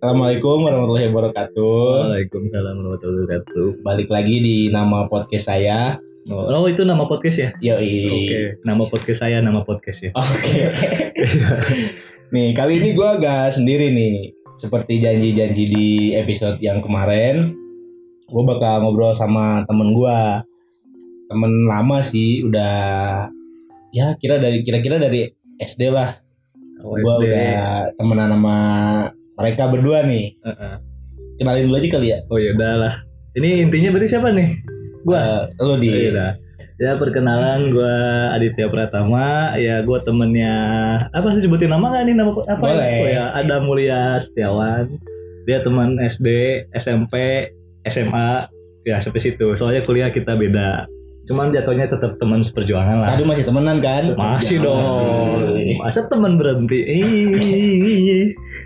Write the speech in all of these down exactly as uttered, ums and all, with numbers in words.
Assalamualaikum warahmatullahi wabarakatuh. Waalaikumsalam warahmatullahi wabarakatuh. Balik lagi di nama podcast saya. Oh, oh itu nama podcast ya? Yoi. Oke, nama podcast saya, nama podcast ya. Oke. Nih kali ini gue agak sendiri nih. Seperti janji-janji di episode yang kemarin, gue bakal ngobrol sama temen gue. Temen lama sih, udah ya kira dari kira-kira dari S D lah. Oh, Gue udah temenan sama mereka berdua nih. Uh-uh. Kenalin dulu aja kali ya. Oh ya udahlah. Ini intinya berarti siapa nih? Gua. Uh, lu di. Oh, ya, ya perkenalan, gua Aditya Pratama. Ya gua temennya apa sih, sebutin nama nggak nih, nama apa? Boleh. Oh ya, Adam Mulia Setiawan. Dia teman S D, S M P, S M A. Ya sampai situ. Soalnya kuliah kita beda. Cuman jatuhnya tetap teman seperjuangan lah. Tadi masih temenan kan? Masih Ya, dong. masih. Masa teman berhenti? Ih.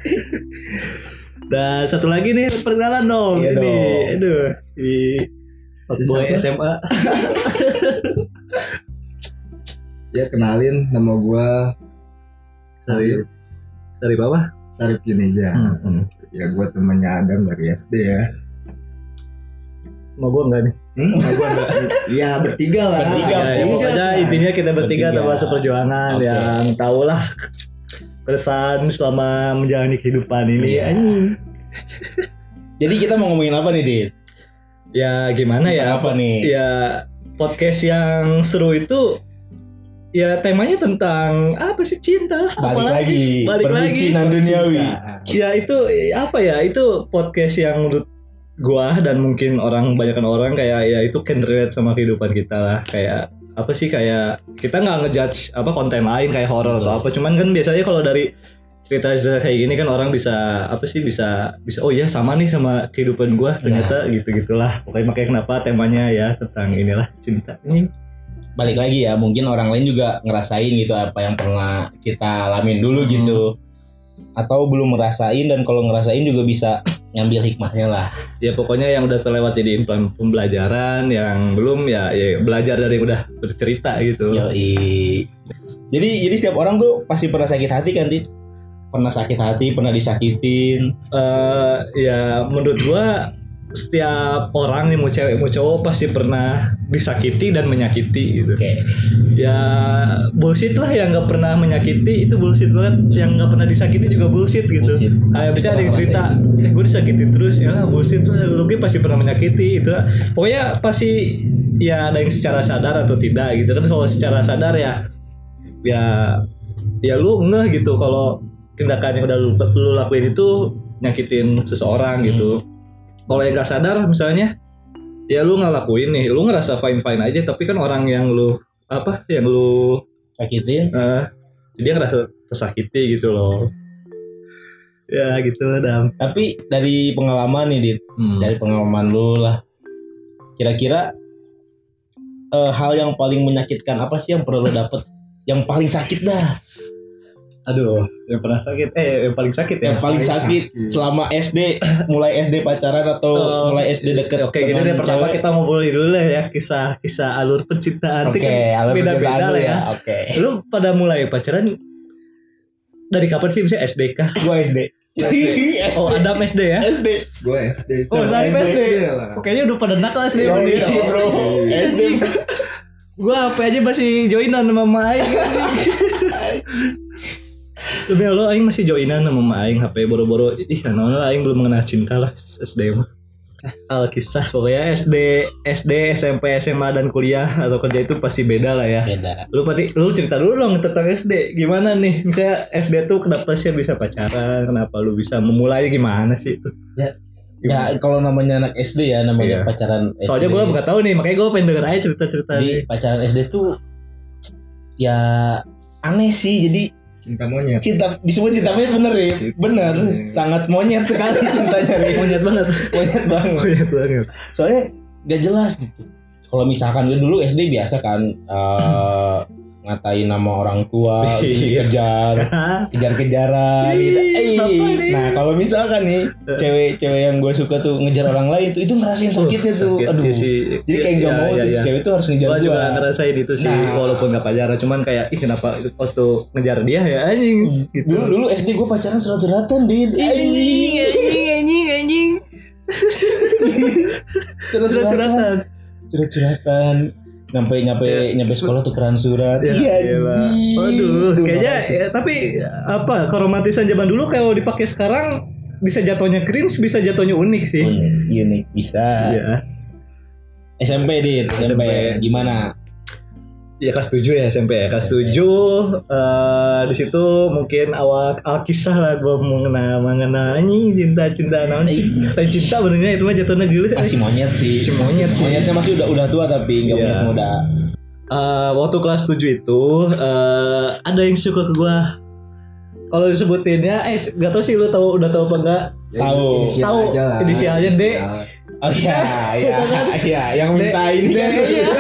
Dan satu lagi nih perkenalan dong. Iya ini. dong. Aduh, si boy S M A. Ya kenalin, nama gua Sarip. Sarip apa? Sarip Yuneja. Hmm. Ya gua temannya Adam dari S D ya. Mau gua enggak nih? Hmm? Mau gua enggak? Ya bertiga lah. Bertiga, Ya, ya, pokoknya intinya kita bertiga Bertiga. teman seperjuangan Oke. yang tahulah keresahan selama menjalani kehidupan ini. Iya. Anjing. Jadi kita mau ngomongin apa nih, Dit? Ya gimana ya? Apa nih? Ya podcast yang seru itu ya temanya tentang apa sih, cinta lah. Balik Apalagi? lagi. Balik lagi. Perbucinan duniawi. Ya itu apa ya? Itu podcast yang menurut gua dan mungkin orang kebanyakan orang kayak ya itu can relate sama kehidupan kita lah. Kayak apa sih, kayak kita nggak ngejudge apa konten lain kayak horor atau apa. Cuman kan biasanya kalau dari cerita kayak gini kan orang bisa apa sih, bisa bisa oh iya sama nih sama kehidupan gua ternyata gitu gitulah. Pokoknya makanya kenapa temanya ya tentang inilah cinta ini. Balik lagi ya, mungkin orang lain juga ngerasain gitu apa yang pernah kita alamin dulu Hmm. gitu. Atau belum ngerasain, dan kalau ngerasain juga bisa ngambil hikmahnya lah. Ya pokoknya yang udah terlewat jadi pembelajaran, yang belum ya, ya belajar dari udah bercerita gitu. Yoi. Jadi jadi setiap orang tuh pasti pernah sakit hati kan, Dit? Pernah sakit hati, pernah disakitin. Eh ya menurut gua setiap orang nih, mau cewek mau cowok, pasti pernah disakiti dan menyakiti gitu. Oke. Ya bullshit lah yang nggak pernah menyakiti, itu bullshit banget. Yang nggak pernah disakiti juga bullshit gitu. Bullshit. Kayak Pasti bisa ada yang pernah cerita, eh, gue disakitin terus, ya bullshit lah. Lu gue pasti pernah menyakiti itu. Pokoknya pasti ya ada yang secara sadar atau tidak gitu kan. Kalau secara sadar ya ya ya lu ngeh gitu kalau tindakan yang udah lu, lu lakuin itu nyakitin seseorang gitu. Hmm. Kalau yang nggak sadar misalnya, ya lu ngelakuin nih, lu ngerasa fine fine aja, tapi kan orang yang lu apa, yang lu Sakitin. uh, dia ngerasa tersakiti gitu loh. Ya gitu Dam. Tapi dari pengalaman nih, Dit. Hmm. Dari pengalaman lu lah. Kira-kira eh, hal yang paling menyakitkan apa sih yang pernah lu dapet? Yang paling sakit dah. Aduh, yang pernah sakit, eh yang paling sakit ya. Yang paling paling sakit sakit. selama S D, mulai S D pacaran atau Oh, mulai S D deket. Oke, gini deh, pertama kita ngobrolin dulu lah ya kisah kisah alur percintaan. Oke, Nanti kan alur beda-beda percintaan lah lu ya. Oke. Lu pada mulai pacaran dari kapan sih? Misalnya S D kah? Gua S D. Oh, Adam S D ya? S D. Gua S D. Oh, saya S D. lah. Kayaknya udah pada nakal S D. Oh, nih. iya, bro. S D. Gua apa aja masih joinan sama Mama Aing. Demi Allah, Aing masih joinan sama Mama Aing. H P boro-boro. Ih, sana Aing belum mengenal cinta lah S D mah. Alkisah pokoknya S D, S D, S M P, S M A dan kuliah atau kerja itu pasti beda lah ya. Beda. Lu pasti lu cerita dulu dong tentang S D. Gimana nih? Misalnya S D tuh kenapa sih bisa pacaran? Kenapa lu bisa memulai, gimana sih itu? Ya, ya kalau namanya anak S D ya, namanya Iya. pacaran S D. Soalnya gue nggak tahu nih, makanya gue pengen denger aja cerita-cerita. Jadi nih. pacaran S D tuh ya aneh sih. Jadi Cinta monyet. cinta disebut cinta monyet, bener ya, Cinta bener, monyet. sangat monyet sekali cintanya, Ri. Monyet banget. Monyet banget. Monyet banget. Soalnya gak jelas gitu. Kalau misalkan dulu S D biasa kan eh, ngatain nama orang tua, Iya. kejar, kejar-kejaran gitu. Eh, Bapak nih. nah kalau misalkan nih cewek-cewek yang gue suka tuh ngejar orang lain tuh, itu ngerasain sakitnya tuh, Sakit, aduh. iya sih. Jadi kayak gak Iya, mau iya, tuh iya. cewek tuh harus ngejar Gua gue. juga ngerasain itu sih, Nah. walaupun gak pacaran, cuman kayak ih kenapa waktu ngejar dia ya anjing gitu. Dulu dulu S D gue pacaran serat-seratan, Din. Anjing anjing anjing anjing. Surat-suratan. Surat-suratan. Nyampe nyampe nyampe sekolah tukeran surat. Iya. Waduh, kayaknya ya, tapi apa keromantisan zaman dulu kalau dipakai sekarang bisa jatuhnya cringe, bisa jatuhnya unik sih. Unik, unik bisa. Iya. S M P dit, S M P gimana? Ya kelas tujuh ya S M P ya kelas tujuh uh, di situ mungkin awal awal kisah lah gue mengenal mengenal anjing cinta cinta naon sih lain cinta benernya itu mah jatuhnya dulu masih monyet sih si monyet sih monyetnya masih udah udah tua tapi nggak yeah. muda uh, waktu kelas tujuh itu uh, ada yang suka ke gue kalau disebutinnya eh gak tau sih lu tahu udah tahu apa enggak tahu tahu inisialnya D oh iya iya iya yang minta ini kan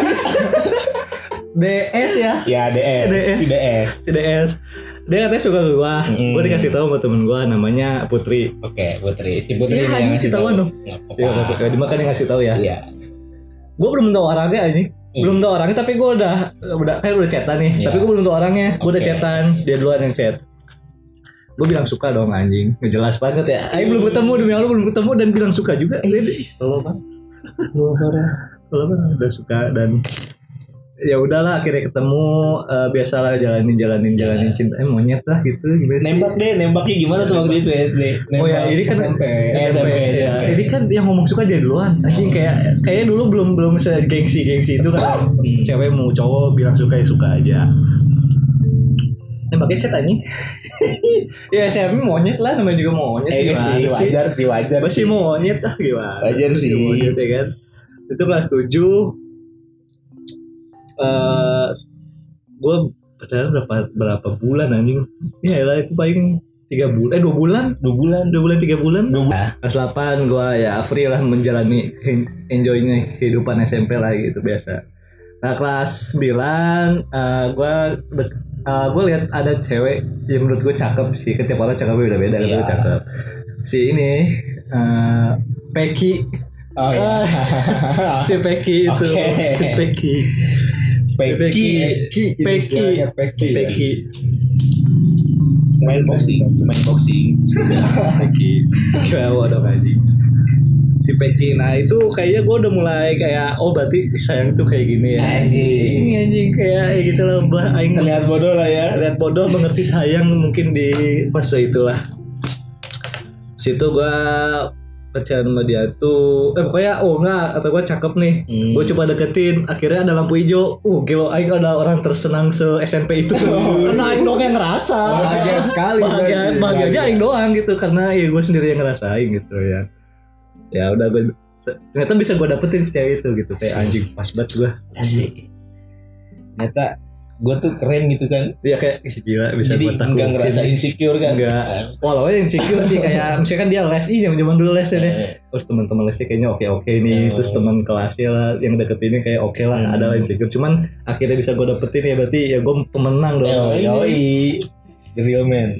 D S ya? Ya D S. D S. D S. D S. Dia katanya suka ke gua. Mm. Gua dikasih tahu sama temen gua namanya Putri. Oke, okay, Putri. Si Putri ya, yang ngasih tahu dong. Iya, enggak apa-apa. Kan ngasih tahu ya. Iya. Gua belum tahu orangnya ini. Mm. Belum tahu orangnya tapi gua udah udah kayak udah chatan nih. Yeah. Tapi gua belum tahu orangnya. Gua okay. udah chatan, dia duluan yang chat. Gua bilang suka dong anjing. Ngejelas banget ya. Ayo belum ketemu demi Allah belum ketemu dan bilang suka juga. Tolong Bang. Tolong Bang. Tolong Bang udah suka dan ya udahlah akhirnya ketemu uh, biasalah jalanin jalanin jalanin ya. Cinta eh monyet lah gitu nembak deh nembaknya gimana tuh waktu itu ya oh ya ini kan S M P S M P ya ini kan yang ngomong suka dia duluan anjing kayak kayak dulu belum belum gengsi gengsi itu kan hmm. Cewek mau cowok bilang suka ya suka aja nembaknya chat anjing ya S M P monyet lah namanya juga monyet eh, sih wajar sih wajar masih monyet lah gimana wajar sih monyet ya kan itu kelas tujuh Uh, gue pacaran berapa berapa bulan anjing ya lah itu paling tiga bulan eh dua bulan dua bulan dua bulan tiga bulan dua bulan kelas delapan gue ya free lah menjalani enjoynya kehidupan S M P lah gitu biasa. Nah kelas sembilan uh, gue uh, gue lihat ada cewek yang menurut gue cakep sih ketiap orang cakepnya beda beda yeah. Gue cakep si ini uh, Peki oh iya si Peki itu okay. Si Peki Peki Peki Peki Peki main boxing main boxing Peki cowok dong anjing si Peki nah itu kayaknya gue udah mulai kayak oh berarti sayang tuh kayak gini ya anjing anjing kayak gitu lah bah aing terlihat bodoh lah ya terlihat bodoh mengerti sayang mungkin di fase itulah situ gue pacaran sama dia tuh eh pokoknya oh enggak atau gue cakep nih hmm. Gue coba deketin akhirnya ada lampu hijau uh gila aing ada orang tersenang se S M P itu karena aing doang yang ngerasa bahagia sekali bahagia bahagianya aing doang gitu karena ya gue sendiri yang ngerasain gitu ya ya udah gue ternyata bisa gue dapetin setiap itu gitu kayak anjing pas banget gue asik ternyata gue tuh keren gitu kan iya kayak gila bisa jadi enggak ngerasa insecure kan enggak walau insecure sih kayak misalkan dia les ih zaman dulu les ya deh terus teman-teman lesnya kayaknya oke oke nih terus teman kelasnya lah yang deket ini kayak oke lah hmm. Ada insecure cuman akhirnya bisa gue dapetin ya berarti ya gue pemenang dong yoi the real man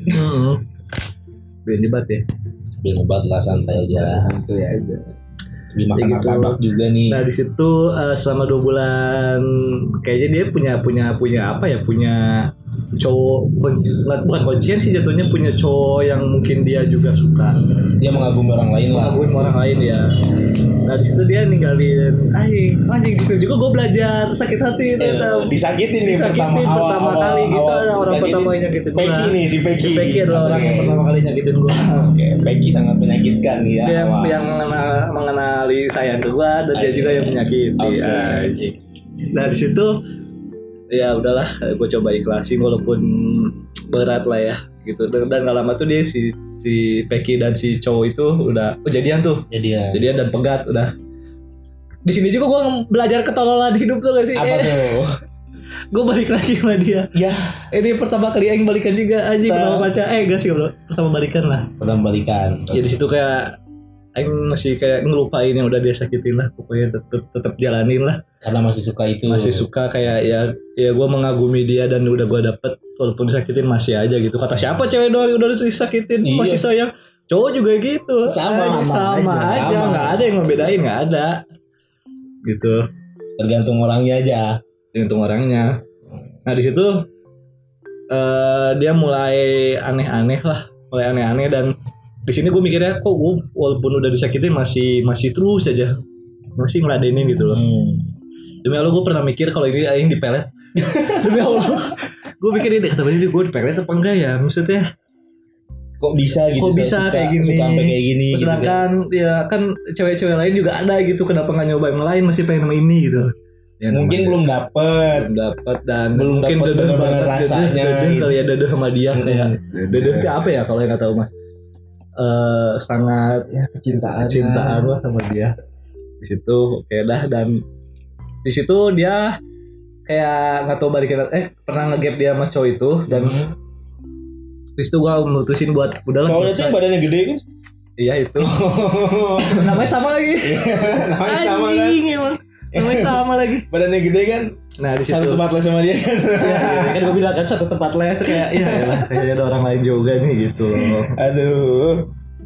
biar debat ya biar debat lah santai aja santai aja dimakan gitu. martabak juga nih. Nah di situ uh, selama dua bulan kayaknya dia punya punya punya apa ya punya cowok kunci, bukan kuncian sih jatuhnya punya cowok yang mungkin dia juga suka. Dia mengagumi orang lain lah. Mengagumi orang lain ya. Nah di situ dia ninggalin, anjing, anjing gitu juga gue belajar sakit hati itu. Eh, disakitin nih disakitin pertama, pertama awal, kali awal, gitu awal, orang pertama yang nyakitin gue. Peki nih si Peki. Si Peki adalah orang yang pertama kali nyakitin gue. Oke, Peki sangat menyakitkan ya. Dia yang mengenal, mengenali sayang ke gue dan dia juga yang menyakiti. Okay. Anjing. Nah di situ ya udahlah gue coba ikhlasin walaupun berat lah ya gitu dan gak lama tuh dia si si Peki dan si cowok itu udah oh, jadian tuh jadian jadian dan pegat udah di sini juga gue belajar ketololan hidup gue gak sih apa eh, tuh gue balik lagi sama dia ya ini pertama kali aing balikan juga anjing pertama pacar eh gak sih bro pertama balikan lah pertama balikan ya di situ kayak aing masih kayak ngelupain yang udah dia sakitin lah pokoknya tetep, tetep jalanin lah karena masih suka itu masih suka kayak ya ya gue mengagumi dia dan udah gue dapet walaupun disakitin masih aja gitu kata siapa cewek doang udah disakitin iya. Masih sayang cowok juga gitu sama Ay, sama, sama aja, aja. Nggak ada yang ngebedain nggak ada gitu tergantung orangnya aja tergantung orangnya nah di situ uh, dia mulai aneh-aneh lah mulai aneh-aneh dan di sini gue mikirnya kok gue walaupun udah disakitin masih masih terus aja masih ngeladenin gitu loh. Hmm. Demi Allah gue pernah mikir kalau ini aing dipelet. Demi Allah gue mikir ini kata ini gue dipelet apa enggak ya, maksudnya Kok bisa gitu? kok bisa suka, kayak gini, suka sampai kayak gini. sedangkan gitu, ya kan cewek-cewek lain juga ada gitu, kenapa nggak nyoba yang lain, masih pengen sama ini gitu ya, mungkin namanya. belum dapet. belum dapat dan Belum mungkin dapet deder bener-bener banget rasanya deder, deder gitu. kali ya, deder sama dia kayak deder ke apa ya kalau yang nggak tahu mah eh sangat Ya kecintaan. cintaan lah sama dia di situ. Oke dah, dan di situ dia kayak nggak tahu balikin eh pernah nge-gap dia mas cowok itu dan Hmm. di situ gua mutusin buat udahlah Cowoknya tuh selesai. badannya gede kan? Iya itu namanya sama lagi Namanya sama kan? anjing emang namanya sama lagi. Badannya gede kan? Nah di situ Satu tempat les sama dia kan? ya, gitu. Kan gue bilang kan satu tempat les tuh kayak iya lah kayak ada orang lain juga nih gitu loh. Aduh.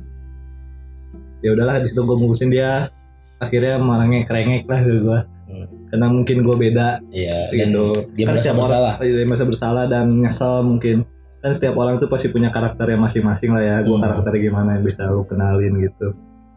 Ya udahlah di situ gue mutusin dia, akhirnya malah ngekrengek lah ke gue Hmm. karena mungkin gue beda Iya. Dan gitu. dia Kan merasa setiap bersalah. orang dia merasa bersalah dan nyesel mungkin. Kan setiap orang tuh pasti punya karakternya masing-masing lah ya. Gue Hmm. karakternya gimana yang bisa lu kenalin gitu.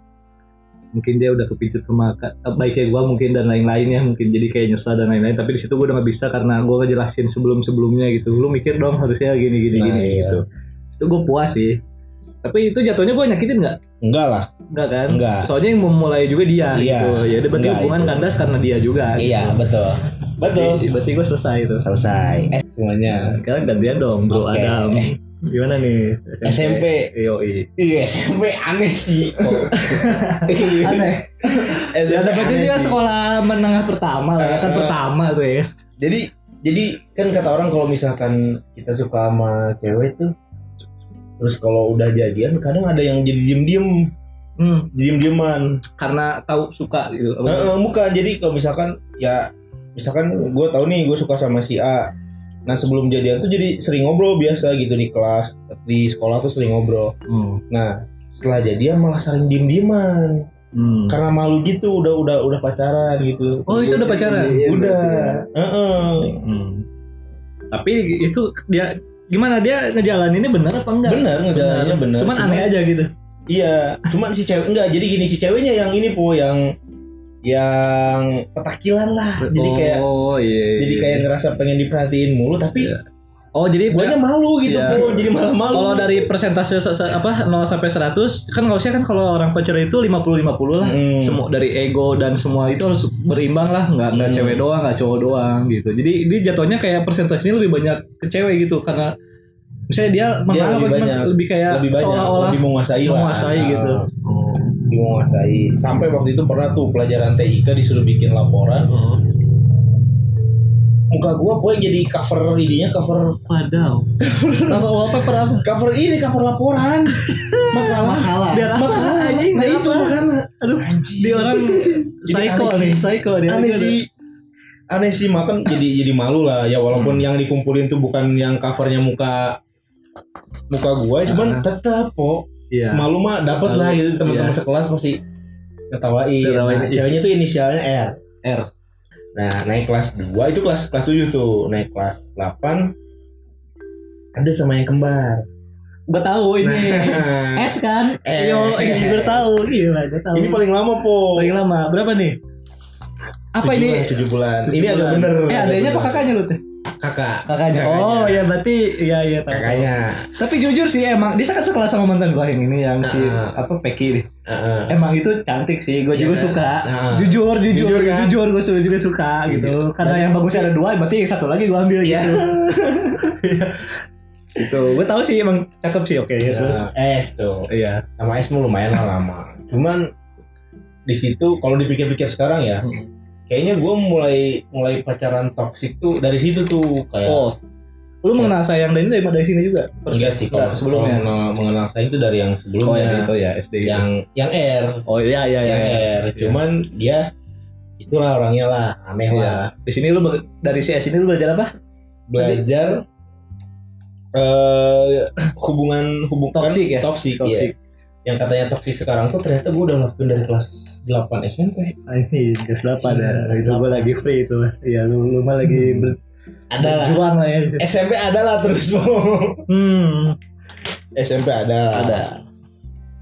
Mungkin dia udah kepincut sama ka- baiknya gue mungkin dan lain-lainnya, mungkin jadi kayak nyesel dan lain-lain. Tapi di situ gue udah nggak bisa karena gue ngejelasin sebelum-sebelumnya gitu. Lu mikir dong harusnya gini-gini Nah, gini iya. gitu. Itu gue puas sih. Tapi itu jatuhnya gue nyakitin nggak? Enggak lah. Enggak kan? Enggak. Soalnya yang memulai juga dia Iya, gitu. Ya udah berarti enggak hubungan itu. kandas karena dia juga. Iya, gitu. betul. Betul. Berarti, berarti gue selesai itu. Selesai. Eh, semuanya. Sekarang gantian dong Bro Oke. Adam. Gimana nih? S M P. Yoi. Iya, S M P aneh sih. Oh. Aneh. S M P Ya dapetnya aneh juga sih. sekolah menengah pertama lah ya kan Uh, pertama tuh ya. Jadi jadi kan kata orang kalau misalkan kita suka sama cewek tuh terus kalau udah jadian kadang ada yang jadi diem-diem, Hmm, diem-dieman. karena tahu suka gitu. Heeh, bukan. Jadi kalau misalkan ya misalkan gue tahu nih gue suka sama si A. Nah sebelum jadian tuh jadi sering ngobrol biasa gitu di kelas, di sekolah tuh sering ngobrol. Hmm. Nah setelah jadian malah sering diem-dieman Hmm. karena malu gitu, udah udah udah pacaran gitu. Oh itu udah pacaran? Iya, Udah. Heeh. Hmm. Tapi itu dia gimana dia ngejalaninnya benar apa enggak? Bener ngejalaninnya bener. Cuman aneh aja gitu. Iya, cuman si cewek enggak. Jadi gini si ceweknya yang ini po yang yang petakilan lah. Jadi kayak oh iya. jadi kayak ngerasa pengen diperhatiin mulu tapi Iya. Oh jadi guanya malu gitu Iya. po. Jadi malah malu. kalau dari persentase se- se- apa nol sampai seratus kan nggak usah kan kalau orang pacaran itu lima puluh lima puluh lah. Hmm. Semua dari ego dan semua itu harus berimbang lah, nggak nggak Hmm. cewek doang, nggak cowok doang gitu. Jadi dia jatuhnya kayak persentasenya lebih banyak ke cewek gitu karena misalnya dia Dia menang lebih apa gimana, banyak. lebih kayak lebih banyak, seolah-olah lebih menguasai lah. menguasai gitu. Ah, lebih menguasai. Sampai waktu itu pernah tuh pelajaran T I K disuruh bikin laporan. Hmm. Muka gua pokoknya jadi cover ininya cover Padahal apa wallpaper apa? cover ini cover laporan. Makalah. Makalah. Biar apa? Makalah. Anjing, Nah biar itu apa? makanya. Aduh, Anjing. dia orang Jadi psycho aneh nih, sih. psycho dia. Aneh sih. Aneh sih makan jadi jadi malu lah ya walaupun yang dikumpulin tuh bukan yang covernya muka muka gua cuman tetap kok Iya. malu mah dapat lah gitu teman-teman Iya. sekelas pasti ketawain. Ketawain, Nah, iya. ceweknya tuh inisialnya R. R. Nah naik kelas dua itu kelas kelas tujuh tuh naik kelas delapan ada sama yang kembar. Gua tahu ini. Nah, S kan? Eh. Yo, ini gue tahu. Gila, gue tahu. ini paling lama po. paling lama. Berapa nih? Apa Tujuh ini? bulan, tujuh bulan. Tujuh Ini agak bulan. bener. Eh, agak adanya apa bener. kakaknya lu tuh? Kakak. Kakaknya. Kakaknya. Oh, ya berarti iya iya tahu. Kakaknya. Tapi jujur sih emang dia kan sekelas sama mantan gua ini yang si Nah. apa Peki nih. Heeh. Emang itu cantik sih, gue Iya juga kan? suka. Nah. Jujur, jujur, Jujur jujur, kan? gue juga suka gitu. Jujur. Karena yang bagusnya ada dua, berarti yang satu lagi gue ambil Iya. gitu. Itu, gue tahu sih emang cakep sih, oke. Ya, Terus, S tuh. iya. Sama S mah lumayan lah lama. Cuman di situ kalau dipikir-pikir sekarang ya, Hmm. kayaknya gue mulai mulai pacaran toksik tuh dari situ tuh kayak. Oh, lu mengenal sayang dan ini dari dari sini juga? Enggak sih kalau Enggak, sebelumnya. kalau mengenal, mengenal saya itu dari yang sebelumnya. Oh, yang itu ya S D. yang yang R. Oh iya iya iya. yang iya. R. Cuman dia itulah orangnya lah aneh Iya. lah. Di sini lu ber- dari si S ini lu belajar apa? Belajar eh hubungan hubungan Toksik ya? toksik, Toksik. iya. Yang katanya toksik sekarang tuh ternyata gue udah lakuin dari kelas delapan S M P. Ah, ini kelas delapan ya. Itu gue lagi free itu. Iya, lu lu mah lagi ber- Ada lah. berjuang lah ya. S M P ada lah terus. Hmm. S M P ada. Ada.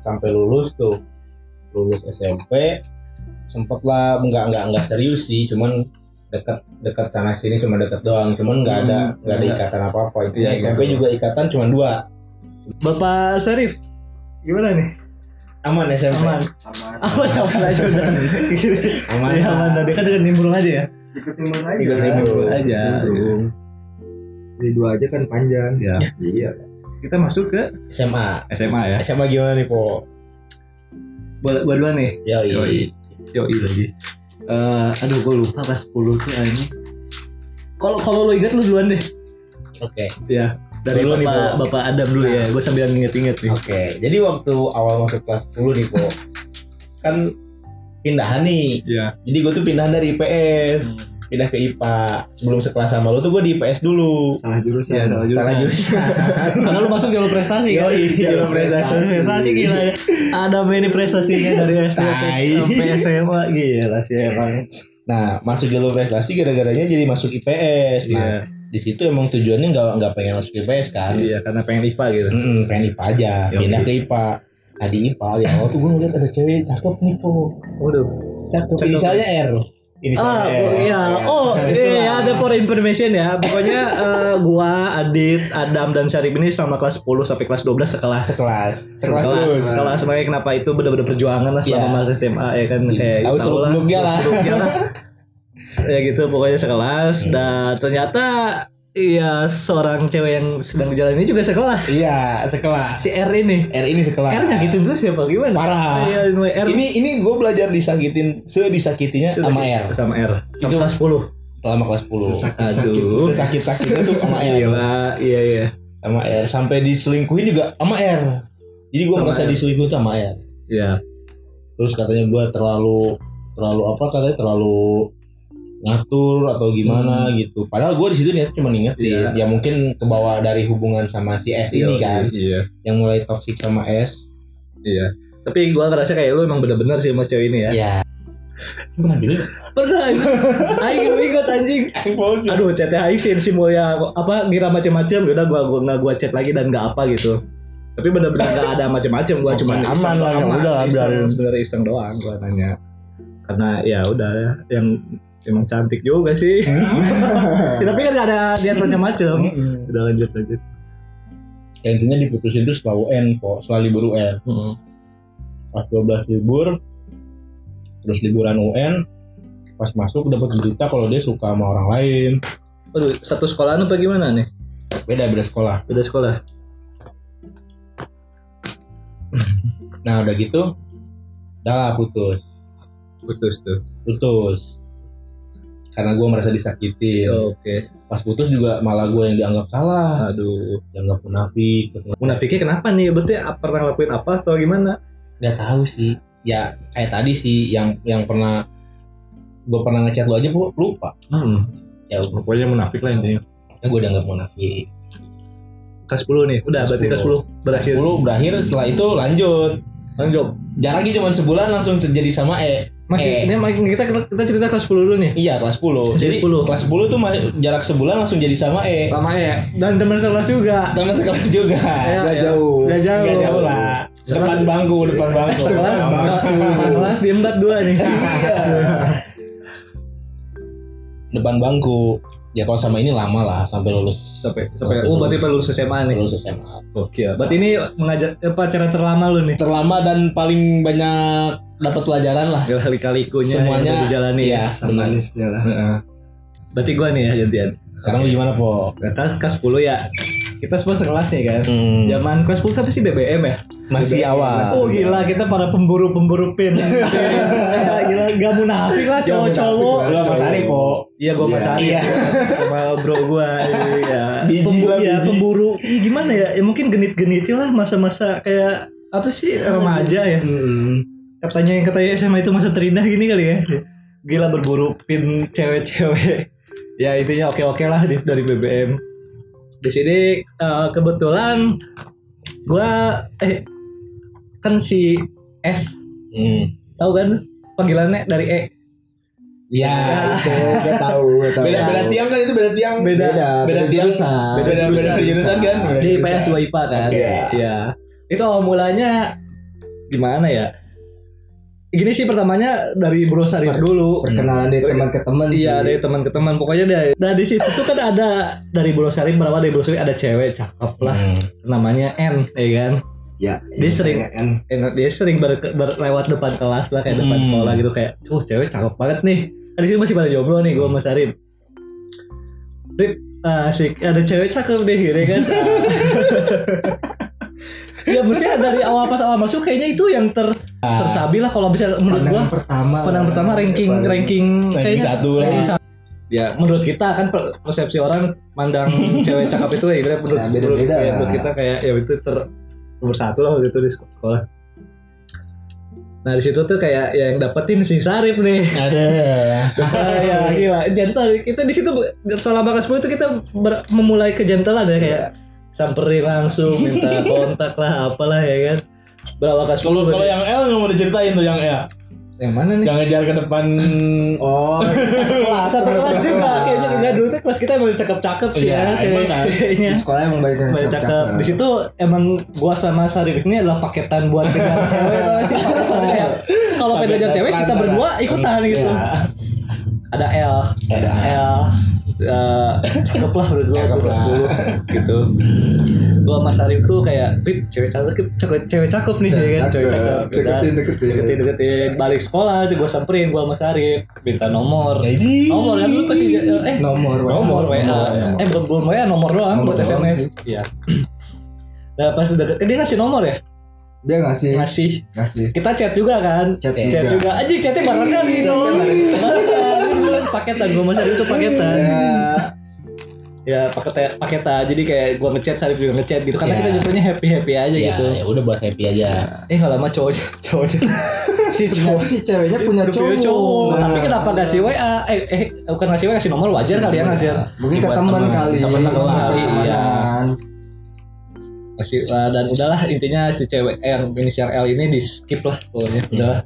sampai lulus tuh, lulus S M P sempet lah nggak nggak nggak serius sih, cuman dekat dekat sana sini cuma dekat doang, cuman nggak ada nggak hmm, ada ikatan apa apa. Itu ya, S M P betul. Juga ikatan cuma dua. Bapak Syarif gimana nih? Aman S M P. Aman. Aman. Aman aman aja udah. Aman. Ya aman. Dia kan dengan nimbrung aja ya. Ikut nimbrung aja. Ikut nimbrung aja. Ini dua aja kan panjang. Ya. Iya. Kita masuk ke S M A. S M A ya. S M A gimana nih, Po? Buat buat duluan nih. Yoi. Yoi. Yoi lagi. Uh, aduh gue lupa kelas sepuluh tuh ini. Kalau kalau lo ingat lo duluan deh. Oke. Okay. Ya. Dari dulu Bapak, nih, Bapak Adam dulu ya. Gue sambil nginget-nginget nih. Oke. Okay. Jadi waktu awal masuk kelas sepuluh nih, Po. Kan pindahan nih. Iya. Jadi gue tuh pindahan dari I P S. Hmm. Pindah ke I P A. Sebelum sekelas sama lo tuh gue di I P S dulu. Salah jurusan. Ya, salah jurusan. Salah jurusan. Karena lu masuk jalur prestasi kan? Yoi, jalur prestasi. Prestasi gila ya. Ada ini prestasinya dari S D sampai S M A gila sih emang. Nah, masuk jalur prestasi gara-garanya jadi masuk I P S. Nah, yeah. Di situ emang tujuannya nggak nggak pengen masuk I P S kan? Iya, karena pengen I P A gitu. Mm-mm, pengen I P A aja. Yoi. Pindah ke I P A. Tadi I P A ya. Waktu gue ngeliat ada cewek cakep nih, Po. Waduh, cakep. Inisialnya R. Ini ah, oh, iya. Oh, iya ada for information ya. Pokoknya uh, gua, Adit, Adam dan Syarif ini selama kelas sepuluh sampai kelas dua belas sekelas. Sekelas. Sekelas. Sekelas. Sekelas. Makanya kenapa itu benar-benar perjuangan lah selama yeah. masa S M A ya kan kayak tahu sebelumnya lah. lah. Ya gitu pokoknya sekelas hmm. dan ternyata iya seorang cewek yang sedang jalan ini juga sekelas. Iya, sekelas. Si R ini. R ini sekelas. R nyakitin terus ya Pak gimana? Parah. Iya, R. Ini ini gue belajar disakitin, sedisakitinya sama R. Sama R. Itu kelas sepuluh. Selama kelas sepuluh. Sesakit-sakit. Aduh. Sesakit-sakitnya tuh sama R. Iya, iya, iya. Sama R. Sampai diselingkuhin juga sama R. Jadi gue merasa diselingkuhin sama R. Iya. Terus katanya gue terlalu terlalu apa katanya terlalu ngatur atau gimana hmm. gitu. Padahal gue di situ niat cuma ngingetin. Yeah. Ya mungkin kebawa dari hubungan sama si S ini kan. Iya. Yang mulai toksik sama S. Iya. Tapi gue ngerasa kayak lu emang benar-benar sih sama cewek ini ya. Iya. Pernah dulu? Pernah. Aing lu ingat anjing. Aduh chatnya Aing sih si Mulia apa ngira macam-macam. Udah gue gue nggak gue chat lagi dan nggak apa gitu. Tapi benar-benar nggak ada macam-macam. Gue cuma aman lah. Udah biarin sebenarnya iseng doang gue nanya. Karena ya udah yang emang cantik juga sih. Ya, tapi kan gak ada lihat macam-macam. Mm-hmm. Udah lanjut lanjut. Ya, intinya diputusin tuh setelah U N kok, setelah libur U N. Mm-hmm. Pas dua belas libur, terus liburan U N, pas masuk dapat berita kalau dia suka sama orang lain. Aduh, satu sekolahan apa gimana nih? Beda beda sekolah. Beda sekolah. Nah udah gitu, udah lah putus. Putus tuh. Putus. Karena gue merasa disakitin. Oh, oke. Okay. Pas putus juga malah gue yang dianggap salah. Aduh. Dianggap munafik. Munafiknya kenapa nih? Berarti pernah ngelakuin apa atau gimana? Gak tahu sih. Ya kayak tadi sih yang yang pernah gue pernah ngechat lo aja gue lupa. Hmm. Ya pokoknya munafik lah intinya. Ya gue dianggap munafik. Kelas sepuluh nih. Udah kelas berarti kelas sepuluh berakhir. Kelas sepuluh berakhir setelah itu lanjut. Lanjut. Jaraknya cuma sebulan langsung jadi sama E. Masih eh. ini kita kita cerita kelas sepuluh dulu nih. Iya, kelas sepuluh. Jadi sepuluh. Kelas sepuluh tuh jarak sebulan langsung jadi sama E. Sama E. Dan teman sekelas juga. Teman sekelas juga. Enggak ya, jauh. Enggak jauh. Enggak jauh lah. Depan bangku, depan bangku. Kelas kelas diembat dua nih. Depan bangku. Ya kalau sama ini lama lah sampai lulus sampai sampai oh berarti perlu lulus S M A nih. Lulus S M A. Oke. Berarti ini mengajar apa cara terlama lu nih? Terlama dan paling banyak dapat pelajaran lah. Kali-kalikunya semuanya yang dijalani ya. Manisnya lah. Heeh. Berarti gua nih ya gantian. Sekarang lu gimana, Po? Kelas kelas sepuluh ya. Kita semua sekelas nih kan. Hmm. Zaman kelas sepuluh kan pasti B B M ya. Masih B B M, awal. Oh gila kita para pemburu-pemburu pin. Gila gak munafik lah cowok-cowok. Lu sama Sari, Po. Iya gua sama Sari. Iya. Sama bro gua. Iya. Biji lah, ya, pemburu. Ih, gimana ya? Ya mungkin genit-genitnya lah masa-masa kayak apa sih remaja ya. Hmm. Katanya yang katanya S M A itu masa terindah gini kali ya. Gila berburu pin cewek-cewek. Ya intinya oke-oke lah dari B B M. Di sini uh, kebetulan gue eh kan si S hmm. tahu kan panggilannya dari E. Ya, itu gue tahu, gue tahu. Beda beda tiang kan itu beda tiang. Beda beda, beda tiang. Beda beda jurusan kan. Di I P S dua I P A kan. Iya. Ya. Itu awal mulanya gimana ya? Gini sih pertamanya dari Bro Sarif dulu. Perkenalan dari teman ke teman sih. Iya, dari teman ke teman. Pokoknya dari dari situ tuh kan ada dari Bro Sarif, berapa dari Bro Sarif ada cewek cakep lah. Hmm. Namanya N, ya kan? Ya, dia sering N. Dia sering ber, ber, lewat depan kelas lah, kayak hmm. depan sekolah gitu kayak, "Tuh, cewek cakep banget nih." Kan di sini masih pada jomblo nih gua sama Sarif. Rip, asik, ada cewek cakep deh gitu kan. Ya mestinya dari awal pas awal masuk kayaknya itu yang ter ah. tersabi lah kalau bisa menurut gua. Pertama, pandangan pertama ranking depan. ranking kayaknya satu lah. Ya menurut kita kan persepsi orang mandang cewek cakep itu ya gitu menurut, nah, beda-beda menurut, ya, menurut kita kayak ya itu ter nomor satu lah waktu itu di sekolah. Nah di situ tuh kayak ya yang dapetin si Sarif nih. Ada. Ya gila, gentle. Kita di situ selama kelas sepuluh itu kita ber, memulai kejantelan ya kayak samperin langsung, minta kontak lah, apalah ya kan. Berapa kelas sepuluh? Kalau yang L nggak mau diceritain tuh yang L. Yang mana nih? Yang ngejar ke depan. Oh, satu kelas. Satu kelas juga. Kayaknya enggak dulu tuh kelas kita emang cakep-cakep sih ya, cewek-ceweknya. Di sekolah emang banyak yang cakep. Di situ emang gua sama Sarif ini adalah paketan buat kejar cewek tau sih. Kalau pengen kejar cewek kita berdua ikutan gitu. Ada L, ada L. Uh, cakep lah menurut gue cakep lah gitu. Gue sama Sarif tuh kayak Rip, cewek cakep, cewek, cewek cakep nih ya kan, cewek cakep deketin, deketin deketin deketin balik sekolah tuh gue samperin gue sama Sarif minta nomor nomor kan lu pasti eh nomor nomor W A eh belum belum W A nomor doang buat S M S. Iya. Nah pas deket dia ngasih nomor ya. Dia ngasih ngasih ngasih kita chat juga kan, chat chat juga aja, chatnya barengan sih dong. Paketan gue masih itu paketan ya, ya paket paketan jadi kayak gue ngechat Sarif juga ngechat gitu karena ya. Kita jatuhnya happy happy aja ya, gitu ya udah buat happy aja ya. Eh nggak lama cowok cowok si cowok si ceweknya punya cowok, cowok. Nah. Tapi kenapa ngasih W A eh eh bukan ngasih W A ngasih nomor wajar kali ya ngasih mungkin ke teman kali teman kali ya masih dan udahlah intinya si cewek eh, yang inisial L ini di skip lah pokoknya hmm. Udah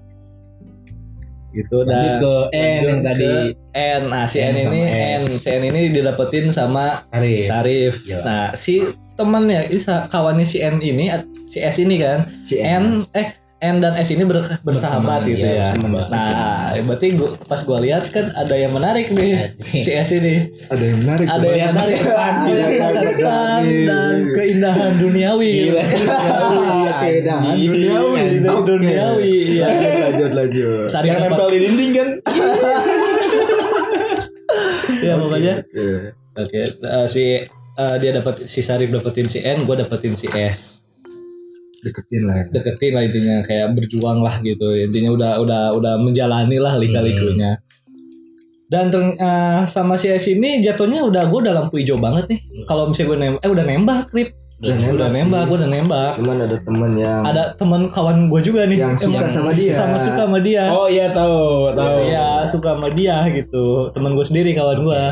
gitu dan ke N yang tadi N nah si N, N ini N si N ini didapetin sama Sarif, Sarif. Nah si temannya ini kawannya si N ini si S ini kan si N eh N dan S ini ber, bersahabat gitu ya, ya. Nah berarti gua, pas gua lihat kan ada yang menarik nih si S ini ada yang menarik ada yang menarik masa depan dan keindahan duniawi keindahan duniawi duniawi ya lanjut lanjut yang nempel di dinding kan. Ya pokoknya oke si dia dapat si Sarif dapetin si N, gua dapetin si S. Deketin lah ya. Deketin lah intinya kayak berjuang lah gitu intinya udah udah udah menjalani lah lika-likunya hmm. Dan uh, sama si S ini jatuhnya udah gue udah lampu hijau banget nih hmm. Kalau misalnya gue nembak eh udah nembak Rip udah, udah, udah nembak gue udah nembak cuman ada temen yang ada teman kawan gue juga nih yang suka yang sama dia sama suka sama dia oh iya tahu tahu ya suka sama dia gitu teman gue sendiri kawan gue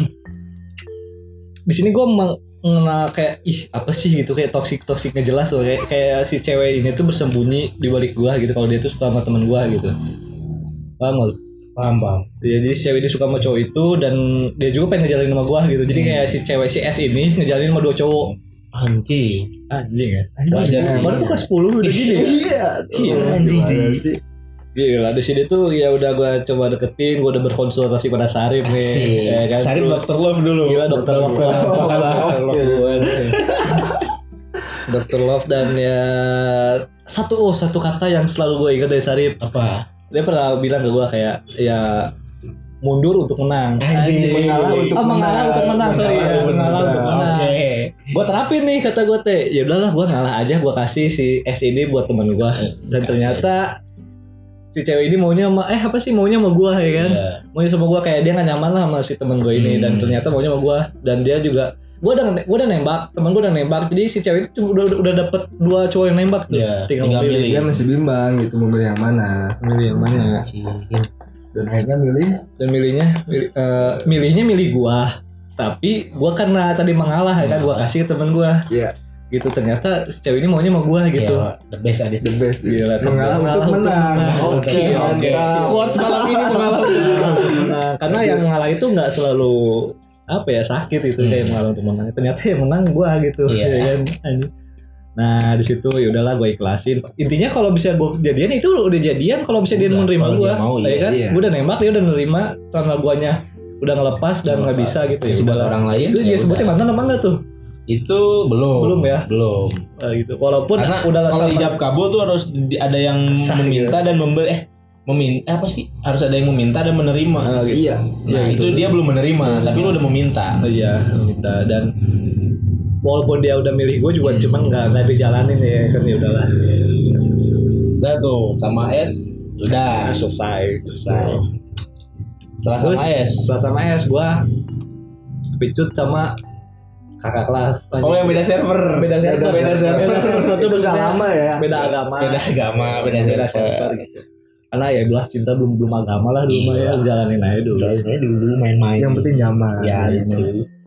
di sini gue memang mengenal kayak ih apa sih gitu kayak toksik toksik nggak jelas loh kayak kayak si cewek ini tuh bersembunyi di balik gua gitu kalau dia tuh suka sama teman gua gitu paham lo paham paham ya, jadi si cewek ini suka sama cowok itu dan dia juga pengen ngejalin sama gua gitu jadi kayak si cewek si S ini ngejalin sama dua cowok anjing anjing ya anjing baru buka sepuluh udah gini iya anjing sih. Gila, di sini tuh ya udah gue coba deketin, gue udah berkonsultasi pada Sarif nih. Ya, kan? Sarif dokter love dulu. Gila dokter love lah. Dokter love dan ya satu oh satu kata yang selalu gue ingat dari Sarif apa? Dia pernah bilang ke gue kayak ya mundur untuk menang. Anjing, mengalah untuk oh, menang. mengalah untuk menang, sorry ya, mengalah untuk menang. Oke. Okay. Gue terapin nih kata gue teh. Ya udahlah gue ngalah aja, gue kasih si S ini buat teman gue. Dan ternyata si cewek ini maunya sama eh apa sih maunya sama gue ya kan yeah. Maunya sama gue kayak dia nggak nyaman lah sama si teman gue ini hmm. Dan ternyata maunya sama gue dan dia juga gue udah gue udah nembak teman gue udah nembak jadi si cewek itu udah udah dapet dua cowok yang nembak tuh yeah. tinggal, tinggal milih dia masih bimbang gitu mau milih yang mana milih yang mana dan akhirnya milih dan milihnya milih, uh, milihnya milih gue tapi gue karena tadi mengalah ya kan gue kasih ke teman gue yeah. Gitu ternyata si cewek ini maunya sama gue gitu yeah, the best aja the best gila mengalah untuk menang oke oke kuat malam ini mengalah nah karena yang ngalah itu nggak selalu apa ya sakit itu hmm. kayak mengalah untuk menang ternyata yang menang gue gitu yeah. Ya kan Nah di situ ya udahlah gue ikhlasin. Intinya kalau bisa gue jadian itu udah jadian. Kalau bisa dia Udah, menerima kalau gue, dia mau, ya iya, kan? iya. Gue udah nembak dia udah nerima. Karena guanya udah ngelepas dan nggak bisa gitu ya. Buat Udahlah. orang lain Itu ya dia sebutnya udah. mantan apa enggak tuh? Itu belum. Belum ya? Belum. Nah, gitu. Walaupun Karena udah kalau sama- ijab kabul tuh harus di- ada yang Sah, meminta dan memberi eh meminta apa sih? Harus ada yang meminta dan menerima. Ah, gitu. Iya. Nah, Ya, itu gitu. dia belum menerima, tapi lu udah meminta. Oh, iya minta dan walaupun dia udah milih gue juga cuman nggak nggak dijalanin ya kan ya udahlah. Udah tuh sama S udah Selesai. selesai. Setelah Terus sama S. setelah sama S gua picut sama kakak kelas. Oh yang beda server. Beda server. Beda server. Beda server tuh Itu udah maksudnya lama ya. Beda agama. Beda agama, beda Beda server. server gitu. Karena ya belas cinta belum belum agama lah dulu mah ya Iya. jalanin aja dulu. Udah dulu main-main. Yang penting nyaman. ya itu.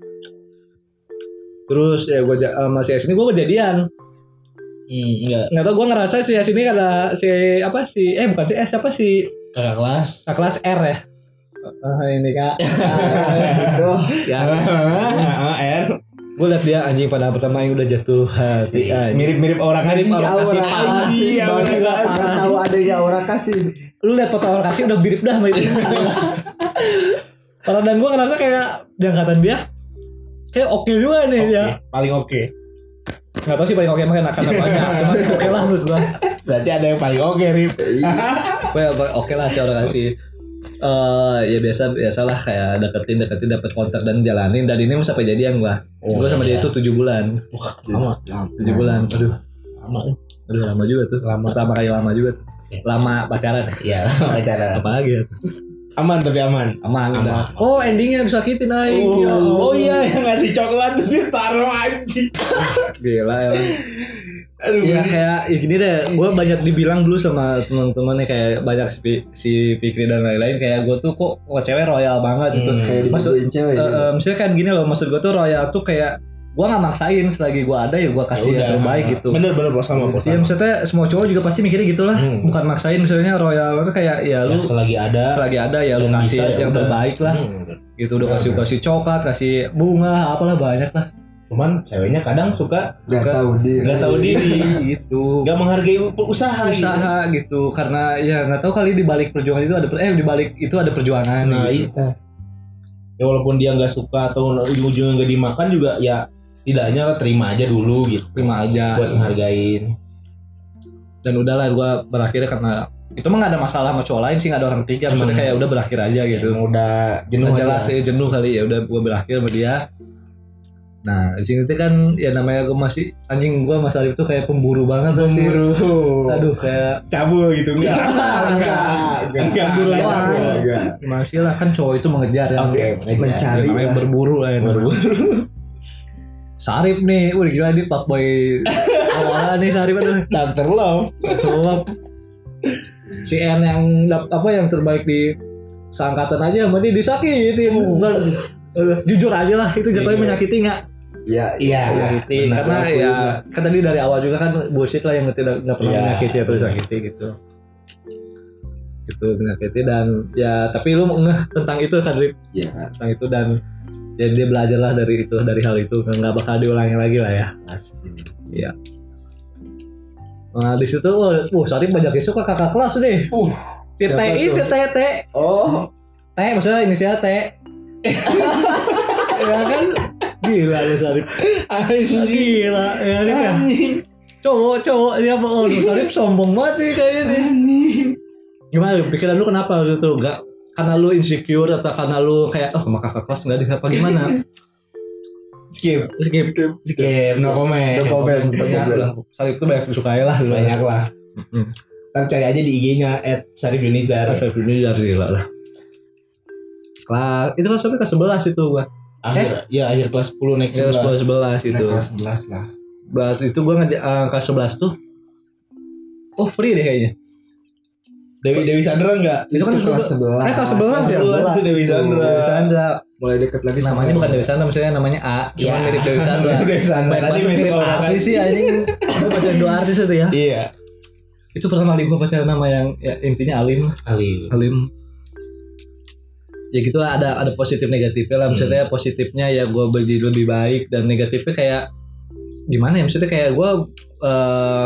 Terus ya gua ja- sama si S ini gua kejadian. Hmm, enggak. Nggak tau gua ngerasa si S ini kata si apa si eh bukan si S siapa si Kakak kelas. kakak kelas R ya. Ah ini kak. Itu Ya. R. Gue liat dia anjing pada pertama yang udah jatuh hati anjing. Mirip-mirip orang Mirip kasih. orang aura kasih kasih. Iya, Baru bener. nggak pernah tahu adanya aura kasih. Lu liat foto orang kasih udah mirip dah sama itu. Kalau dan gue ngerasa kayak jangkatan dia kayak oke juga nih Oke, ya. paling oke. Nggak tahu sih paling oke makan akan banyak. Cuma oke lah menurut gue. Berarti ada yang paling oke, Rip. Gue oke lah si orang kasih. Eh ya biasa biasalah kayak deketin deketin dapat kontak dan jalanin dan ini sampai jadian gue. Oh, gue sama iya. dia itu tujuh bulan. Lama. Tujuh bulan. Aduh, Lama. aduh lama juga tuh. Lama. Pertama kali lama juga tuh. Lama pacaran. Iya, pacaran. Apa lagi ya? Aman tapi aman. Aman, Aman. udah. Oh endingnya disakitin aja. Oh, oh iya yang ngasih coklat terus ditaruh anjing. Gila emang. Aduh. Ya kayak ya gini deh, gue banyak dibilang dulu sama teman-temannya kayak banyak si, si Fikri dan lain-lain kayak gue tuh kok kok cewek royal banget gitu. Hmm. Kayak Maksud, dibutuhin cewek. eh, eh, misalnya kan gini loh, maksud gue tuh royal tuh kayak gue nggak maksain selagi gue ada ya gue kasih Ya yang udah. terbaik gitu. Bener-bener bos sama bos. Ya maksudnya semua cowok juga pasti mikirnya gitulah, Hmm. bukan maksain misalnya royal itu kayak ya lu Yang selagi ada selagi ada ya lu dan kasih bisa, ya yang udah. terbaik lah. Hmm. Gitu udah Benar, kasih benar. kasih coklat, kasih bunga, apalah banyak lah. Cuman ceweknya kadang suka Gak tahu diri. nggak tahu diri, Gitu. nggak menghargai usaha. gitu. Usaha gitu karena ya nggak tahu kali di balik perjuangan itu ada per- eh di balik itu ada perjuangan. Nah gitu. itu. Ya walaupun dia nggak suka atau ujung-ujungnya nggak dimakan juga ya setidaknya lah terima aja dulu gitu. Terima aja. Buat ngehargain. Dan udahlah gue berakhir karena itu mah nggak ada masalah sama cowok lain sih, nggak ada orang ketiga. Maksudnya Hmm. kayak udah berakhir aja gitu. Emang udah jenuh Nggak aja. jelas ya jenuh kali ya udah gue berakhir sama dia. Nah di sini tuh kan ya namanya gue masih anjing gue Mas Arif tuh kayak pemburu banget tuh sih. Pemburu. Aduh kayak Cabul gitu enggak? Enggak. Enggak. Cemburu Enggak. doang. Enggak. Enggak. masih lah kan cowok itu mengejar ya. Oke, Mencari. Namanya lah. berburu lah ya. Sarip nih, udah gila nih Pak Boy awalnya nih Sarip aduh. Doctor Love. Love. Si N yang dap- apa yang terbaik di seangkatan aja sama dia disakitin. Bukan, eh, jujur aja lah itu jatuhnya Iya. menyakiti nggak? Iya. Iya. Menyakiti benar, karena aku ya juga. kan tadi dari awal juga kan bullshit lah yang tidak nggak pernah Iya. menyakiti atau disakiti gitu. Gitu menyakiti dan ya tapi lu ngeh tentang itu kan Rip, Iya. tentang itu dan ya dia belajar lah dari itu dari hal itu nggak bakal diulangi lagi lah ya. Pasti. Iya. Nah di situ, oh, uh, Sarip banyak yang suka kakak kelas nih. Uh, Si T siapa I, tuh? si T T, Oh. T maksudnya inisial T. Ya kan, gila lu Sarip. anjing. Gila, ya kan ya. Anjing. Cowok, cowok, dia oh, lu Sarip sombong banget nih kayaknya nih. Gimana? Pikiran lu kenapa gitu? Gak karena lu insecure atau karena lu kayak oh sama kakak kelas nggak di apa gimana? Skip. Skip. Skip. No comment. No comment. Banyak lah. Sarip tuh banyak disukai lah. Banyak lah. Hmm. Kan cari aja di I G-nya at Sarif Yunizar. Sarip ini dari gila lah. Kelas itu kan sampai ke sebelas itu gua. Akhir, ya akhir kelas sepuluh next Kelas sebelas. sebelas Nah, itu. kelas sebelas lah. sebelas itu gua nge uh, kelas sebelas tuh. Oh, free deh kayaknya. Dewi Dewi Sandra enggak? Itu kan kelas sebelas. Eh, kelas sebelas ya? sebelas itu Dewi Sandra. Dewi Sandra. Mulai deket lagi sama Namanya bukan Dewi Sandra, maksudnya namanya A. Cuma Iya. mirip Dewi Sandra. Dewi Sandra. Baik Tadi banget mirip mirip orang artis kan. sih anjing. Lu bacain dua artis itu ya. Iya. Itu pertama kali gua pacaran nama yang ya, intinya Alim lah. Ali. Alim. Ya gitu lah, ada ada positif negatifnya lah. Maksudnya positifnya ya gue jadi lebih baik dan negatifnya kayak gimana ya maksudnya kayak gue uh,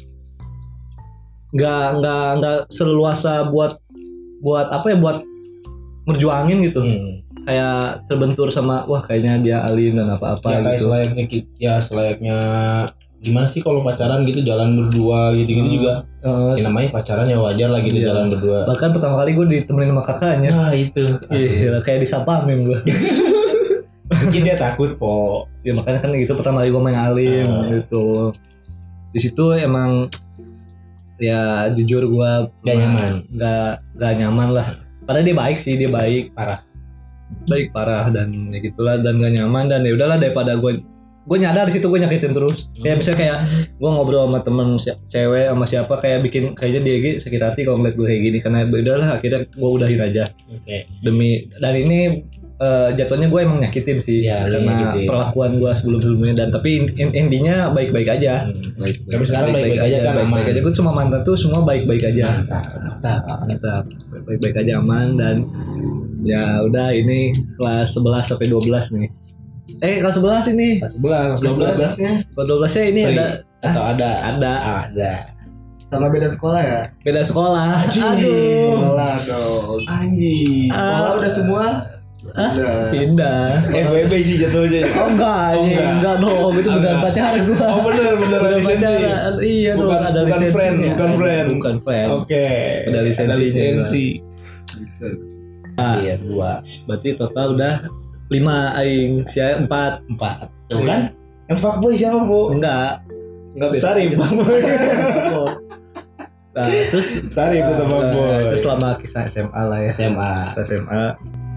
nggak nggak nggak seleluasa buat buat apa ya buat merjuangin gitu. Hmm. Kayak terbentur sama wah kayaknya dia alim dan apa-apa Ya kayak gitu. selayaknya ki- ya selayaknya gimana sih kalau pacaran gitu jalan berdua gitu-gitu Hmm. juga. Uh, Ya, namanya pacaran ya wajar lah gitu Iya. jalan berdua. bahkan pertama kali gue ditemenin sama kakaknya. Nah itu. Iya, kayak disapamin gue. Mungkin dia takut po. Ya makanya kan gitu pertama kali gue main alim Ah. gitu. Di situ emang ya jujur gue Gak nyaman. nggak nggak nyaman lah. Padahal dia baik sih, dia baik Parah. baik parah dan ya gitulah dan gak nyaman dan ya udahlah daripada gue gue nyadar di situ gue nyakitin terus. Kayak misalnya kayak gue ngobrol sama temen si- cewek sama siapa kayak bikin kayaknya dia gitu sakit hati kalau ngeliat gue kayak gini karena ya udahlah akhirnya gue udahin aja Oke. demi dan ini eh, jatuhnya gue emang nyakitin sih Ya, karena nyakitin. perlakuan gue sebelum sebelumnya dan tapi in- in- intinya baik baik aja. Hmm. Tapi sekarang baik-baik aja kan aman. baik-baik aja gue semua mantan tuh semua baik baik aja. Mantap. Mantap, baik-baik aja aman dan ya udah ini kelas sebelas sampai dua belas nih. Eh kelas sebelas ini. Kelas sebelas, kelas Kelas dua belas. dua belas-nya Kelas dua belas-nya ini Free. ada Atau ada? ada Ada. sama beda sekolah ya? beda sekolah. Anjing. Aduh. Sekolah dong. Anjing. Sekolah udah semua? Ah, Udah. pindah. F W B sih jatuhnya. Oh enggak, Oh, ini enggak. enggak dong, itu beneran Enggak. pacaran gua. Oh bener bener ada Beneran lisensi. pacaran. Iya dong, Bukan- ada bukan lisensinya. friend, bukan friend. Bukan friend. Oke. Ada lisensinya Ada lisensi. Bisa. Ah, Iya dua berarti total udah lima aing, saya empat. empat. Tuh kan? Yang fuckboy siapa bu? Enggak. Enggak beda. Sarip fuckboy. Nah, terus Sarip tetap Nah, fuckboy. terus selama kisah S M A lah ya. S M A. Kisah S M A